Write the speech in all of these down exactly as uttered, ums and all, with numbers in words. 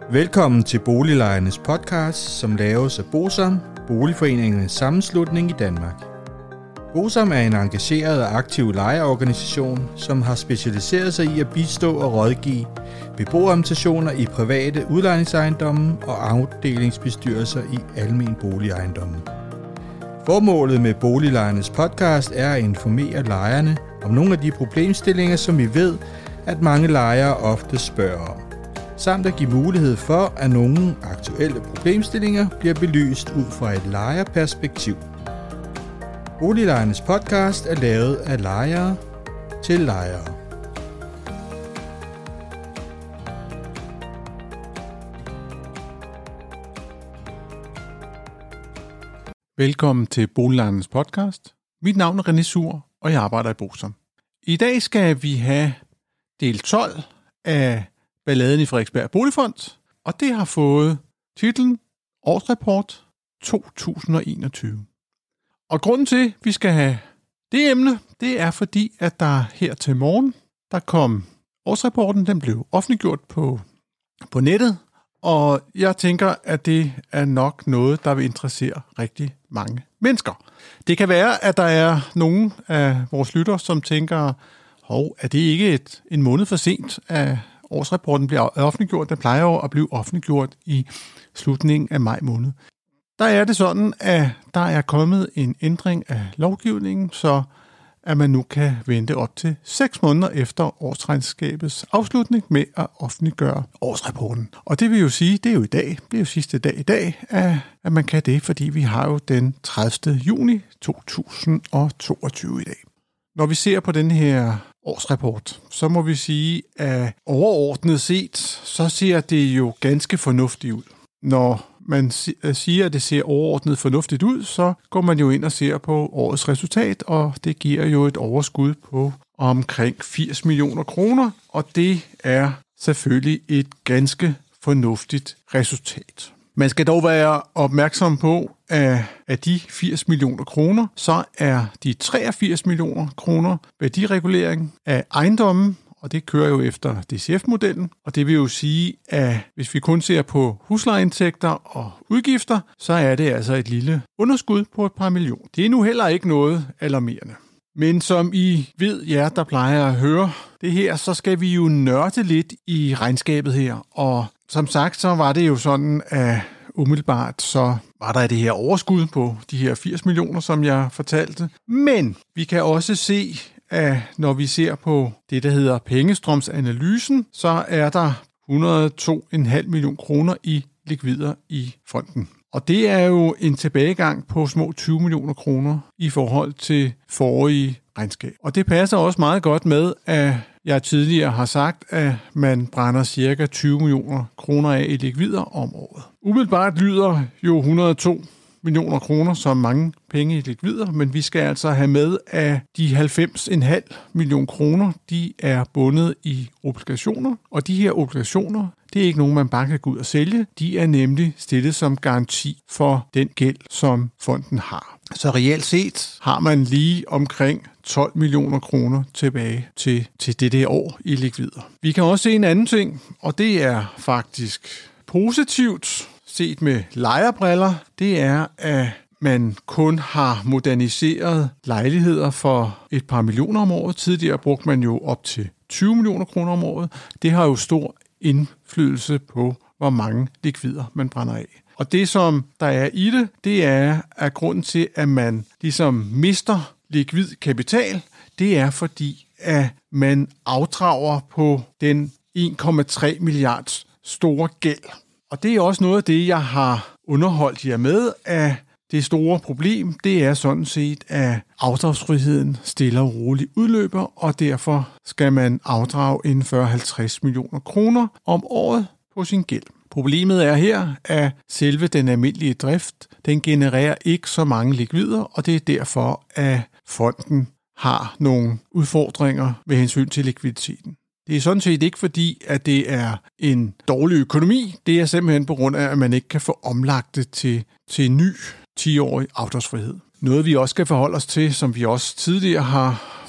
Velkommen til Boliglejernes podcast, som laves af BOSAM, Boligforeningernes Sammenslutning i Danmark. BOSAM er en engageret og aktiv lejerorganisation, som har specialiseret sig i at bistå og rådgive beboerrepræsentationer i private udlejningsejendomme og afdelingsbestyrelser i almen boligejendomme. Formålet med Boliglejernes podcast er at informere lejerne om nogle af de problemstillinger, som vi ved, at mange lejere ofte spørger om, samt at give mulighed for, at nogle aktuelle problemstillinger bliver belyst ud fra et lejerperspektiv. Boliglejernes podcast er lavet af lejere til lejere. Velkommen til Boliglejernes podcast. Mit navn er René Suhr, og jeg arbejder i BOSAM. I dag skal vi have del tolv af balladen i Frederiksberg Boligfond, og det har fået titlen Årsrapport to tusind og enogtyve. Og grunden til, at vi skal have det emne, det er fordi, at der her til morgen, der kom årsrapporten, den blev offentliggjort på, på nettet, og jeg tænker, at det er nok noget, der vil interessere rigtig mange mennesker. Det kan være, at der er nogen af vores lyttere, som tænker, hov, er det ikke et, en måned for sent, at årsrapporten bliver offentliggjort? Den plejer jo at blive offentliggjort i slutningen af maj måned. Der er det sådan, at der er kommet en ændring af lovgivningen, så at man nu kan vente op til seks måneder efter årsregnskabets afslutning med at offentliggøre årsrapporten. Og det vil jo sige, det er jo i dag, det er jo sidste dag i dag, at man kan det, fordi vi har jo den tredivte juni to tusind og toogtyve i dag. Når vi ser på den her årsrapport, så må vi sige, at overordnet set, så ser det jo ganske fornuftigt ud. Når man siger, at det ser overordnet fornuftigt ud, så går man jo ind og ser på årets resultat, og det giver jo et overskud på omkring firs millioner kroner, og det er selvfølgelig et ganske fornuftigt resultat. Man skal dog være opmærksom på, at af de firs millioner kroner, så er de treogfirs millioner kroner værdiregulering af ejendommen, og det kører jo efter D C F-modellen, og det vil jo sige, at hvis vi kun ser på huslejeindtægter og udgifter, så er det altså et lille underskud på et par millioner. Det er nu heller ikke noget alarmerende. Men som I ved, jer der plejer at høre det her, så skal vi jo nørde lidt i regnskabet her, og som sagt, så var det jo sådan, at umiddelbart så var der det her overskud på de her firs millioner, som jeg fortalte. Men vi kan også se, at når vi ser på det, der hedder pengestrømsanalysen, så er der et hundrede og to komma fem millioner kroner i likvider i fonden. Og det er jo en tilbagegang på små tyve millioner kroner i forhold til forrige regnskab. Og det passer også meget godt med, at jeg tidligere har sagt, at man brænder cirka tyve millioner kroner af i likvider om året. Umiddelbart lyder jo et hundrede og to millioner kroner som mange penge i likvider, men vi skal altså have med, at de halvfems komma fem millioner kroner, de er bundet i obligationer, og de her obligationer, det er ikke nogen, man bare kan gå ud og sælge. De er nemlig stillet som garanti for den gæld, som fonden har. Så reelt set har man lige omkring tolv millioner kroner tilbage til, til det der år i likvider. Vi kan også se en anden ting, og det er faktisk positivt set med lejerbriller. Det er, at man kun har moderniseret lejligheder for et par millioner om året. Tidligere brugte man jo op til tyve millioner kroner om året. Det har jo stor indflydelse på, hvor mange likvider man brænder af. Og det, som der er i det, det er, at grunden til, at man ligesom mister likvid kapital, det er fordi, at man afdrager på den en komma tre milliards store gæld. Og det er også noget af det, jeg har underholdt jer med, at det store problem, det er sådan set, at afdragsfriheden stille og roligt udløber, og derfor skal man afdrage en fyrre til halvtreds millioner kroner om året på sin gæld. Problemet er her, at selve den almindelige drift, den genererer ikke så mange likvider, og det er derfor, at fonden har nogle udfordringer med hensyn til likviditeten. Det er sådan set ikke fordi, at det er en dårlig økonomi. Det er simpelthen på grund af, at man ikke kan få omlagt det til, til en ny ti-årig afdragsfrihed. Noget vi også skal forholde os til, som vi også tidligere har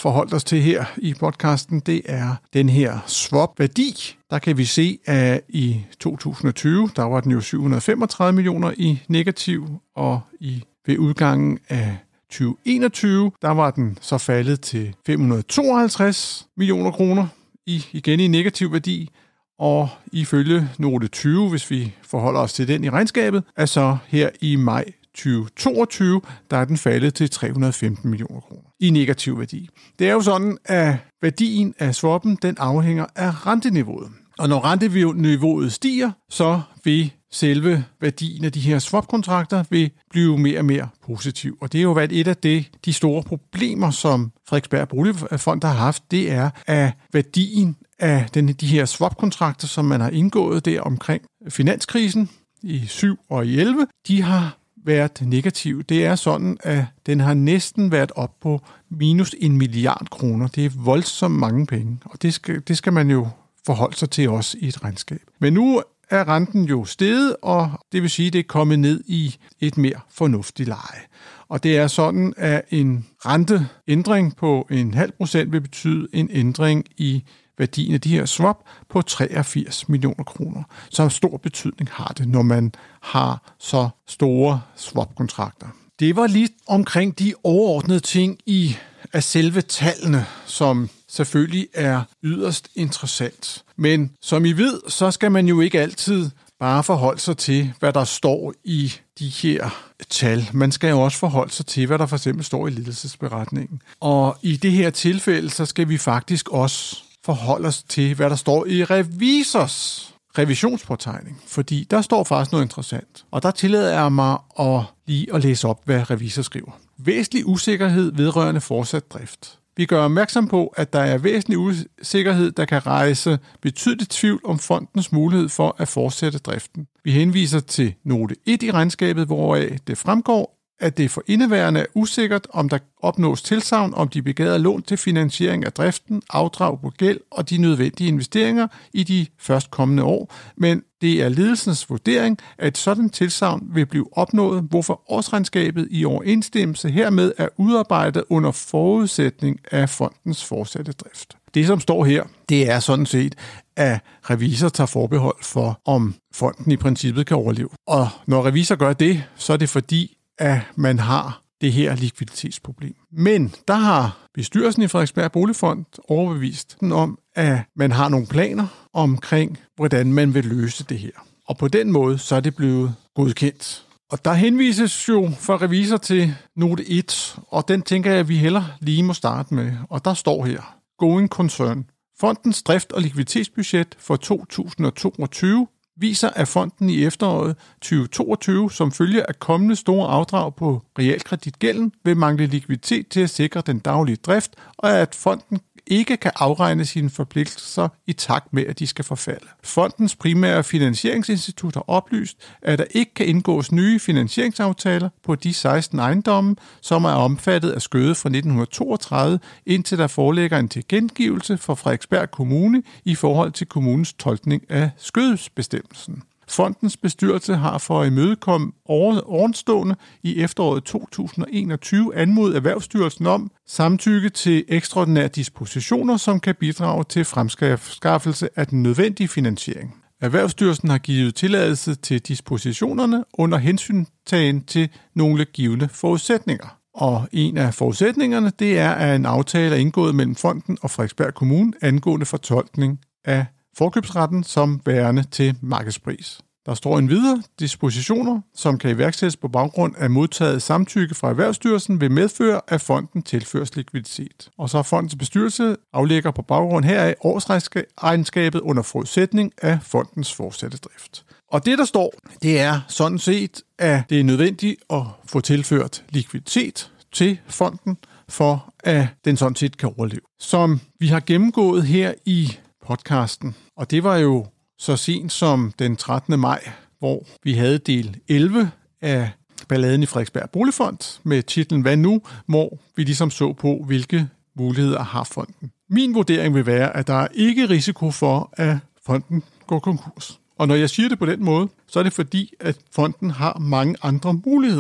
forholdt os til her i podcasten, det er den her swap-værdi. Der kan vi se, at i to tusind og tyve, der var den jo syv hundrede og femogtredive millioner i negativ, og i ved udgangen af tyve enogtyve, der var den så faldet til fem hundrede og tooghalvtreds millioner kroner, i, igen i negativ værdi. Og ifølge note tyve, hvis vi forholder os til den i regnskabet, er så her i maj tyve toogtyve, der er den faldet til tre hundrede og femten millioner kroner i negativ værdi. Det er jo sådan, at værdien af swappen, den afhænger af renteniveauet. Og når renteniveauet stiger, så vil selve værdien af de her swap-kontrakter vil blive mere og mere positiv. Og det er jo været et af det, de store problemer, som Frederiksberg Boligfond har haft, det er, at værdien af den, de her swap-kontrakter, som man har indgået der omkring finanskrisen i syv og i elleve, de har været negativ. Det er sådan, at den har næsten været op på minus en milliard kroner. Det er voldsomt mange penge, og det skal, det skal man jo forholde sig til også i et regnskab. Men nu er renten jo steget, og det vil sige, at det er kommet ned i et mere fornuftigt leje. Og det er sådan, at en renteændring på en halv procent vil betyde en ændring i værdien af de her swap på treogfirs millioner kroner. Så stor betydning har det, når man har så store swap-kontrakter. Det var lige omkring de overordnede ting i af selve tallene, som selvfølgelig er yderst interessant. Men som I ved, så skal man jo ikke altid bare forholde sig til, hvad der står i de her tal. Man skal jo også forholde sig til, hvad der for eksempel står i ledelsesberetningen. Og i det her tilfælde, så skal vi faktisk også forholde os til, hvad der står i revisors revisionspåtegning, fordi der står faktisk noget interessant. Og der tillader jeg mig at lige at læse op, hvad revisor skriver. Væsentlig usikkerhed vedrørende fortsat drift. Vi gør opmærksom på, at der er væsentlig usikkerhed, der kan rejse betydeligt tvivl om fondens mulighed for at fortsætte driften. Vi henviser til note et i regnskabet, hvoraf det fremgår, at det for indeværende er usikkert, om der opnås tilsagn om de begærede lån til finansiering af driften, afdrag på gæld og de nødvendige investeringer i de førstkommende år, men det er ledelsens vurdering, at et sådan tilsagn vil blive opnået, hvorfor årsregnskabet i overensstemmelse hermed er udarbejdet under forudsætning af fondens fortsatte drift. Det, som står her, det er sådan set, at revisor tager forbehold for, om fonden i princippet kan overleve. Og når revisor gør det, så er det fordi, at man har det her likviditetsproblem. Men der har bestyrelsen i Frederiksberg Boligfond overbevist den om, at man har nogle planer omkring, hvordan man vil løse det her. Og på den måde, så er det blevet godkendt. Og der henvises jo for revisor til note et, og den tænker jeg, at vi heller lige må starte med. Og der står her, going concern. Fondens drift- og likviditetsbudget for to tusind og toogtyve viser, at fonden i efteråret tyve toogtyve som følge af kommende store afdrag på realkreditgælden vil mangle likviditet til at sikre den daglige drift, og at fonden ikke kan afregne sine forpligtelser i takt med, at de skal forfalde. Fondens primære finansieringsinstitut har oplyst, at der ikke kan indgås nye finansieringsaftaler på de seksten ejendomme, som er omfattet af skødet fra nitten toogtredive, indtil der foreligger en tilkendegivelse fra Frederiksberg Kommune i forhold til kommunens tolkning af skødesbestemmelsen. Fondens bestyrelse har for at imødekomme ovenstående i efteråret to tusind og enogtyve anmodet Erhvervsstyrelsen om samtykke til ekstraordinære dispositioner, som kan bidrage til fremskaffelse af den nødvendige finansiering. Erhvervsstyrelsen har givet tilladelse til dispositionerne under hensyntagen til nogle givne forudsætninger. Og en af forudsætningerne, det er, at en aftale er indgået mellem fonden og Frederiksberg Kommune angående fortolkning af forkøbsretten som værende til markedspris. Der står en videre dispositioner, som kan iværksættes på baggrund af modtaget samtykke fra Erhvervsstyrelsen vil medføre, at fonden tilføres likviditet. Og så fondens bestyrelse aflægger på baggrund heraf årsregnskabet under forudsætning af fondens fortsatte drift. Og det, der står, det er sådan set, at det er nødvendigt at få tilført likviditet til fonden, for at den sådan set kan overleve. Som vi har gennemgået her i podcasten, og det var jo så sent som den trettende maj, hvor vi havde del elleve af balladen i Frederiksberg Boligfond med titlen Hvad nu?, hvor vi ligesom så på, hvilke muligheder har fonden. Min vurdering vil være, at der er ikke risiko for, at fonden går konkurs. Og når jeg siger det på den måde, så er det fordi, at fonden har mange andre muligheder.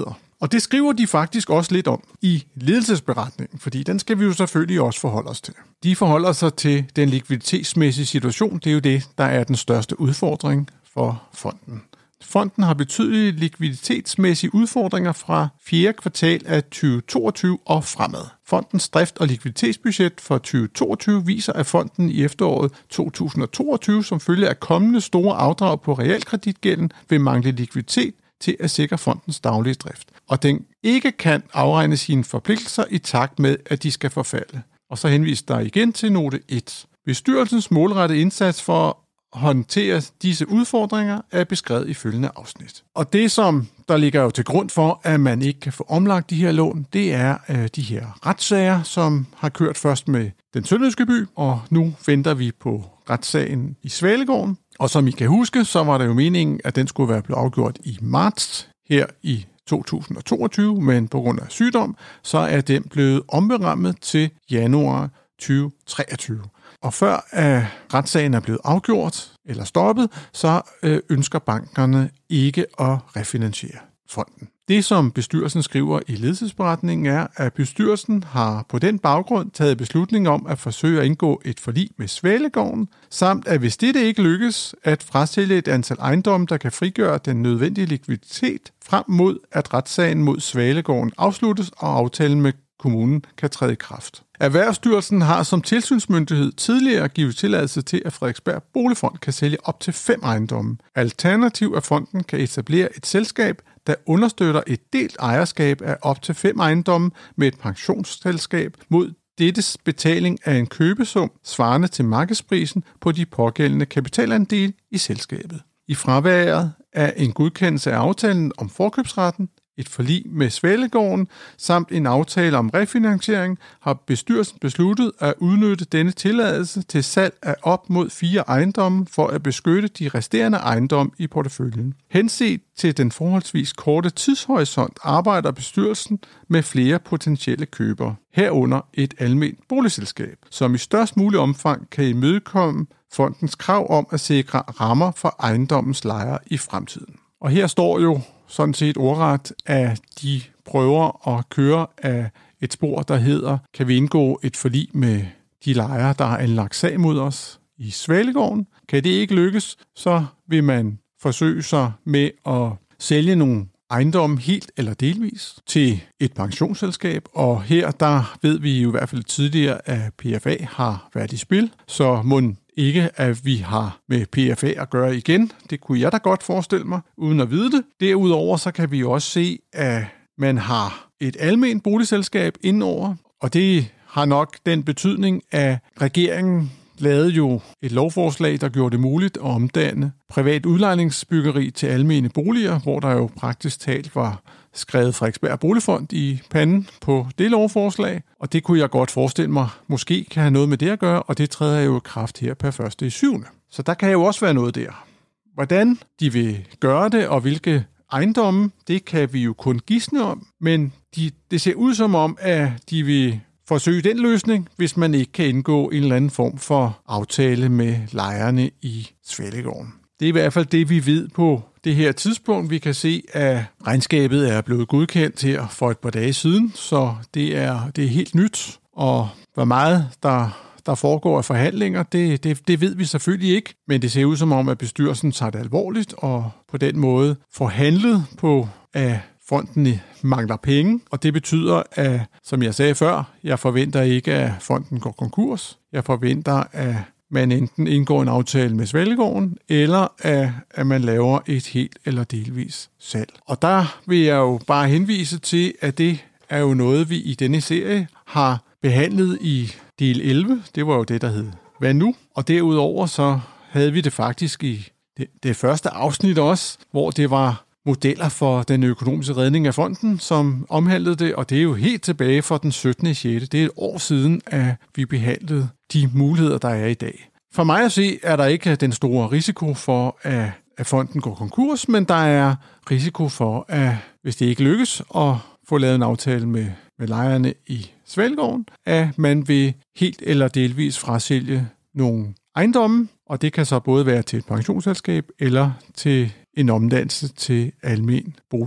Og det skriver de faktisk også lidt om i ledelsesberetningen, fordi den skal vi jo selvfølgelig også forholde os til. De forholder sig til den likviditetsmæssige situation. Det er jo det, der er den største udfordring for fonden. Fonden har betydelige likviditetsmæssige udfordringer fra fjerde kvartal af tyve toogtyve og fremad. Fondens drift- og likviditetsbudget for tyve toogtyve viser, at fonden i efteråret to tusind toogtyve som følge af kommende store afdrag på realkreditgælden vil mangle likviditet til at sikre fondens daglige drift, og den ikke kan afregne sine forpligtelser i takt med, at de skal forfalde. Og så henviser der igen til note et. Bestyrelsens målrettede indsats for at håndtere disse udfordringer er beskrevet i følgende afsnit. Og det, som der ligger jo til grund for, at man ikke kan få omlagt de her lån, det er øh, de her retssager, som har kørt først med den Sønderjyske By, og nu venter vi på retssagen i Svalegården. Og som I kan huske, så var det jo meningen, at den skulle være blevet afgjort i marts her i to tusind toogtyve, men på grund af sygdom, så er den blevet omberammet til januar tyve treogtyve. Og før at retssagen er blevet afgjort eller stoppet, så ønsker bankerne ikke at refinansiere fonden. Det, som bestyrelsen skriver i ledelsesberetningen, er, at bestyrelsen har på den baggrund taget beslutning om at forsøge at indgå et forlig med Svalegården, samt at hvis dette ikke lykkes, at frasælge et antal ejendomme, der kan frigøre den nødvendige likviditet frem mod, at retssagen mod Svalegården afsluttes og aftalen med kommunen kan træde i kraft. Erhvervsstyrelsen har som tilsynsmyndighed tidligere givet tilladelse til, at Frederiksberg Boligfond kan sælge op til fem ejendomme. Alternativ af fonden kan etablere et selskab, der understøtter et delt ejerskab af op til fem ejendomme med et pensionsselskab mod dettes betaling af en købesum svarende til markedsprisen på de pågældende kapitalandele i selskabet. I fraværet af en godkendelse af aftalen om forkøbsretten, et forlig med Svalegården samt en aftale om refinansiering, har bestyrelsen besluttet at udnytte denne tilladelse til salg af op mod fire ejendomme for at beskytte de resterende ejendomme i porteføljen. Henset til den forholdsvis korte tidshorisont arbejder bestyrelsen med flere potentielle købere, herunder et alment boligselskab, som i størst mulig omfang kan imødekomme fondens krav om at sikre rammer for ejendommens lejere i fremtiden. Og her står jo sådan set ordret, at de prøver at køre af et spor, der hedder, kan vi indgå et forlig med de lejere, der har anlagt sag mod os i Svalegården. Kan det ikke lykkes, så vil man forsøge sig med at sælge nogle ejendomme helt eller delvis til et pensionsselskab, og her der ved vi jo i hvert fald tidligere, at P F A har været i spil, så må ikke, at vi har med P F A at gøre igen. Det kunne jeg da godt forestille mig, uden at vide det. Derudover så kan vi jo også se, at man har et alment boligselskab indenover, og det har nok den betydning, at regeringen lavede jo et lovforslag, der gjorde det muligt at omdanne privat udlejningsbyggeri til almene boliger, hvor der jo praktisk talt var skrevet Frederiksberg Boligfond i panden på det lovforslag, og det kunne jeg godt forestille mig, måske kan have noget med det at gøre, og det træder jo i kraft her per første i syvende. Så der kan jo også være noget der. Hvordan de vil gøre det, og hvilke ejendomme, det kan vi jo kun gisne om, men de, det ser ud som om, at de vil forsøge den løsning, hvis man ikke kan indgå en eller anden form for aftale med lejerne i Svalegården. Det er i hvert fald det, vi ved på det her tidspunkt. Vi kan se, at regnskabet er blevet godkendt her for et par dage siden, så det er, det er helt nyt. Og hvor meget der, der foregår af forhandlinger, det, det, det ved vi selvfølgelig ikke. Men det ser ud som om, at bestyrelsen tager det alvorligt og på den måde får handlet på, at fonden mangler penge. Og det betyder, at, som jeg sagde før, jeg forventer ikke, at fonden går konkurs. Jeg forventer, at man enten indgår en aftale med Svalegården, eller at, at man laver et helt eller delvis salg. Og der vil jeg jo bare henvise til, at det er jo noget, vi i denne serie har behandlet i del elleve. Det var jo det, der hed Hvad nu? Og derudover så havde vi det faktisk i det, det første afsnit også, hvor det var modeller for den økonomiske redning af fonden, som omhandlede det, og det er jo helt tilbage fra den syttende sjette Det er et år siden, at vi behandlede de muligheder, der er i dag. For mig at se, er der ikke den store risiko for, at, at fonden går konkurs, men der er risiko for, at hvis det ikke lykkes at få lavet en aftale med, med lejerne i Svalegården, at man vil helt eller delvis frasælge nogle ejendomme, og det kan så både være til et pensionsselskab eller til en omdannelse til almen boliger.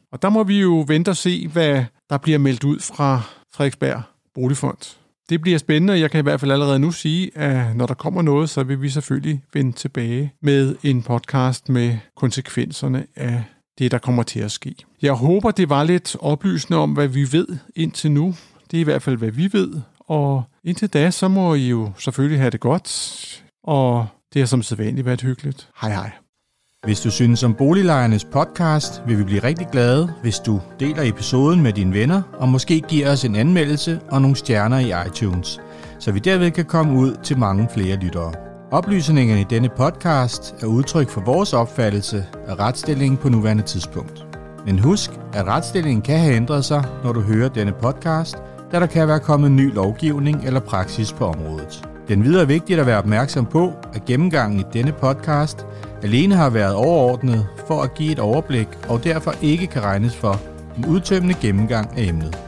Og der må vi jo vente og se, hvad der bliver meldt ud fra Frederiksberg Boligfond. Det bliver spændende, og jeg kan i hvert fald allerede nu sige, at når der kommer noget, så vil vi selvfølgelig vende tilbage med en podcast med konsekvenserne af det, der kommer til at ske. Jeg håber, det var lidt oplysende om, hvad vi ved indtil nu. Det er i hvert fald, hvad vi ved. Og indtil da, så må I jo selvfølgelig have det godt. Og det har som sædvanligt været hyggeligt. Hej hej. Hvis du synes om Boliglejernes podcast, vil vi blive rigtig glade, hvis du deler episoden med dine venner, og måske giver os en anmeldelse og nogle stjerner i iTunes, så vi derved kan komme ud til mange flere lyttere. Oplysningerne i denne podcast er udtryk for vores opfattelse af retsstillingen på nuværende tidspunkt. Men husk, at retsstillingen kan have ændret sig, når du hører denne podcast, da der kan være kommet ny lovgivning eller praksis på området. Den videre er vigtigt at være opmærksom på, at gennemgangen i denne podcast alene har været overordnet for at give et overblik og derfor ikke kan regnes for en udtømmende gennemgang af emnet.